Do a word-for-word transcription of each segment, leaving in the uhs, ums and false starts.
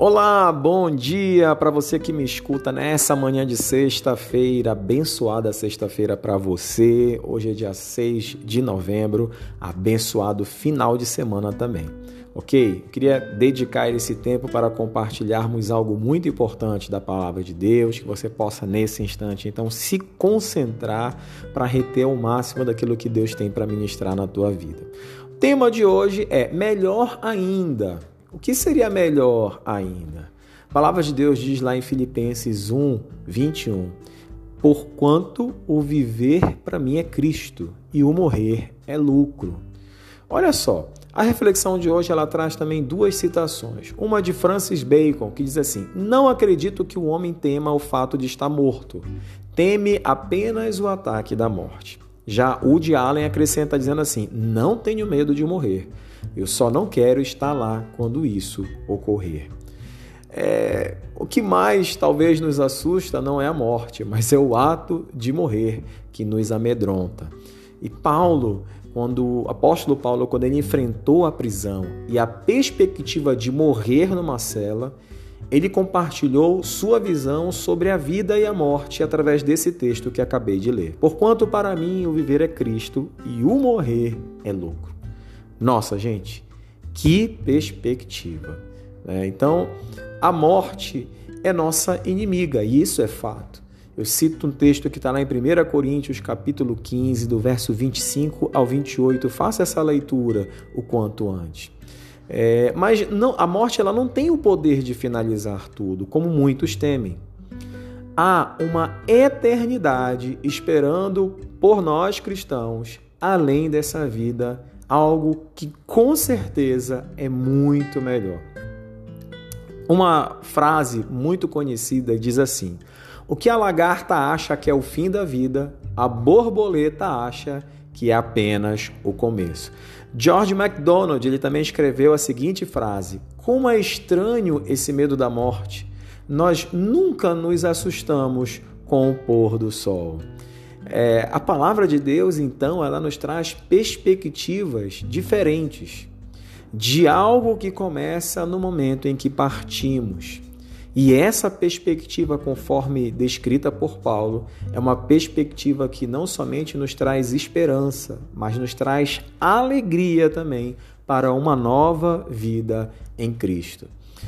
Olá, bom dia para você que me escuta nessa manhã de sexta-feira, abençoada sexta-feira para você. Hoje é dia seis de novembro, abençoado final de semana também, ok? Queria dedicar esse tempo para compartilharmos algo muito importante da palavra de Deus, que você possa nesse instante, então, se concentrar para reter o máximo daquilo que Deus tem para ministrar na tua vida. O tema de hoje é melhor ainda. O que seria melhor ainda? A palavra de Deus diz lá em Filipenses um, vinte e um, porquanto o viver para mim é Cristo e o morrer é lucro. Olha só, a reflexão de hoje ela traz também duas citações. Uma de Francis Bacon, que diz assim: não acredito que o homem tema o fato de estar morto, teme apenas o ataque da morte. Já Woody Allen acrescenta dizendo assim: não tenho medo de morrer, eu só não quero estar lá quando isso ocorrer. É, o que mais talvez nos assusta não é a morte, mas é o ato de morrer que nos amedronta. E Paulo, quando o apóstolo Paulo, quando ele enfrentou a prisão e a perspectiva de morrer numa cela, ele compartilhou sua visão sobre a vida e a morte através desse texto que acabei de ler. Porquanto para mim o viver é Cristo e o morrer é lucro. Nossa, gente, que perspectiva, né? Então, a morte é nossa inimiga, e isso é fato. Eu cito um texto que está lá em primeira Coríntios, capítulo quinze, do verso vinte e cinco ao vinte e oito. Faça essa leitura o quanto antes. É, mas não, a morte ela não tem o poder de finalizar tudo, como muitos temem. Há uma eternidade esperando por nós cristãos, além dessa vida, algo que com certeza é muito melhor. Uma frase muito conhecida diz assim: o que a lagarta acha que é o fim da vida, a borboleta acha que é apenas o começo. George MacDonald ele também escreveu a seguinte frase: como é estranho esse medo da morte, nós nunca nos assustamos com o pôr do sol. É, a palavra de Deus, então, ela nos traz perspectivas diferentes de algo que começa no momento em que partimos. E essa perspectiva, conforme descrita por Paulo, é uma perspectiva que não somente nos traz esperança, mas nos traz alegria também para uma nova vida em Cristo.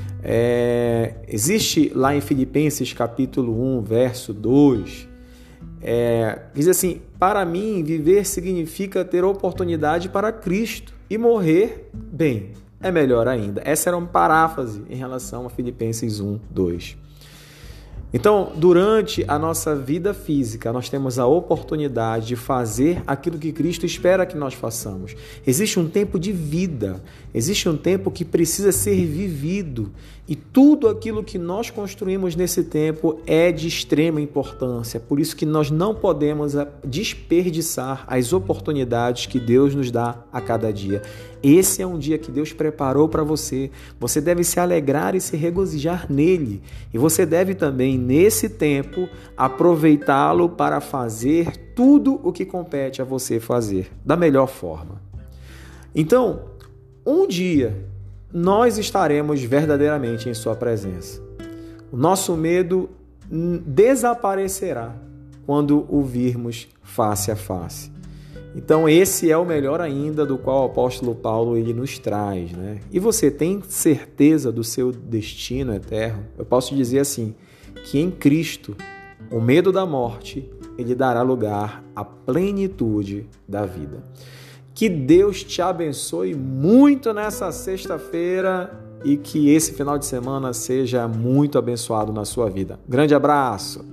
É, existe lá em Filipenses capítulo um, verso dois, é, diz assim: para mim viver significa ter oportunidade para Cristo e morrer, bem, é melhor ainda. Essa era uma paráfrase em relação a Filipenses um, dois. Então, durante a nossa vida física, nós temos a oportunidade de fazer aquilo que Cristo espera que nós façamos. Existe um tempo de vida, existe um tempo que precisa ser vivido. E tudo aquilo que nós construímos nesse tempo é de extrema importância. Por isso que nós não podemos desperdiçar as oportunidades que Deus nos dá a cada dia. Esse é um dia que Deus preparou para você. Você deve se alegrar e se regozijar nele. E você deve também, nesse tempo, aproveitá-lo para fazer tudo o que compete a você fazer da melhor forma. Então, um dia nós estaremos verdadeiramente em sua presença. O nosso medo desaparecerá quando o virmos face a face. Então esse é o melhor ainda do qual o apóstolo Paulo ele nos traz, né? E você tem certeza do seu destino eterno? Eu posso dizer assim, que em Cristo o medo da morte ele dará lugar à plenitude da vida. Que Deus te abençoe muito nessa sexta-feira e que esse final de semana seja muito abençoado na sua vida. Grande abraço!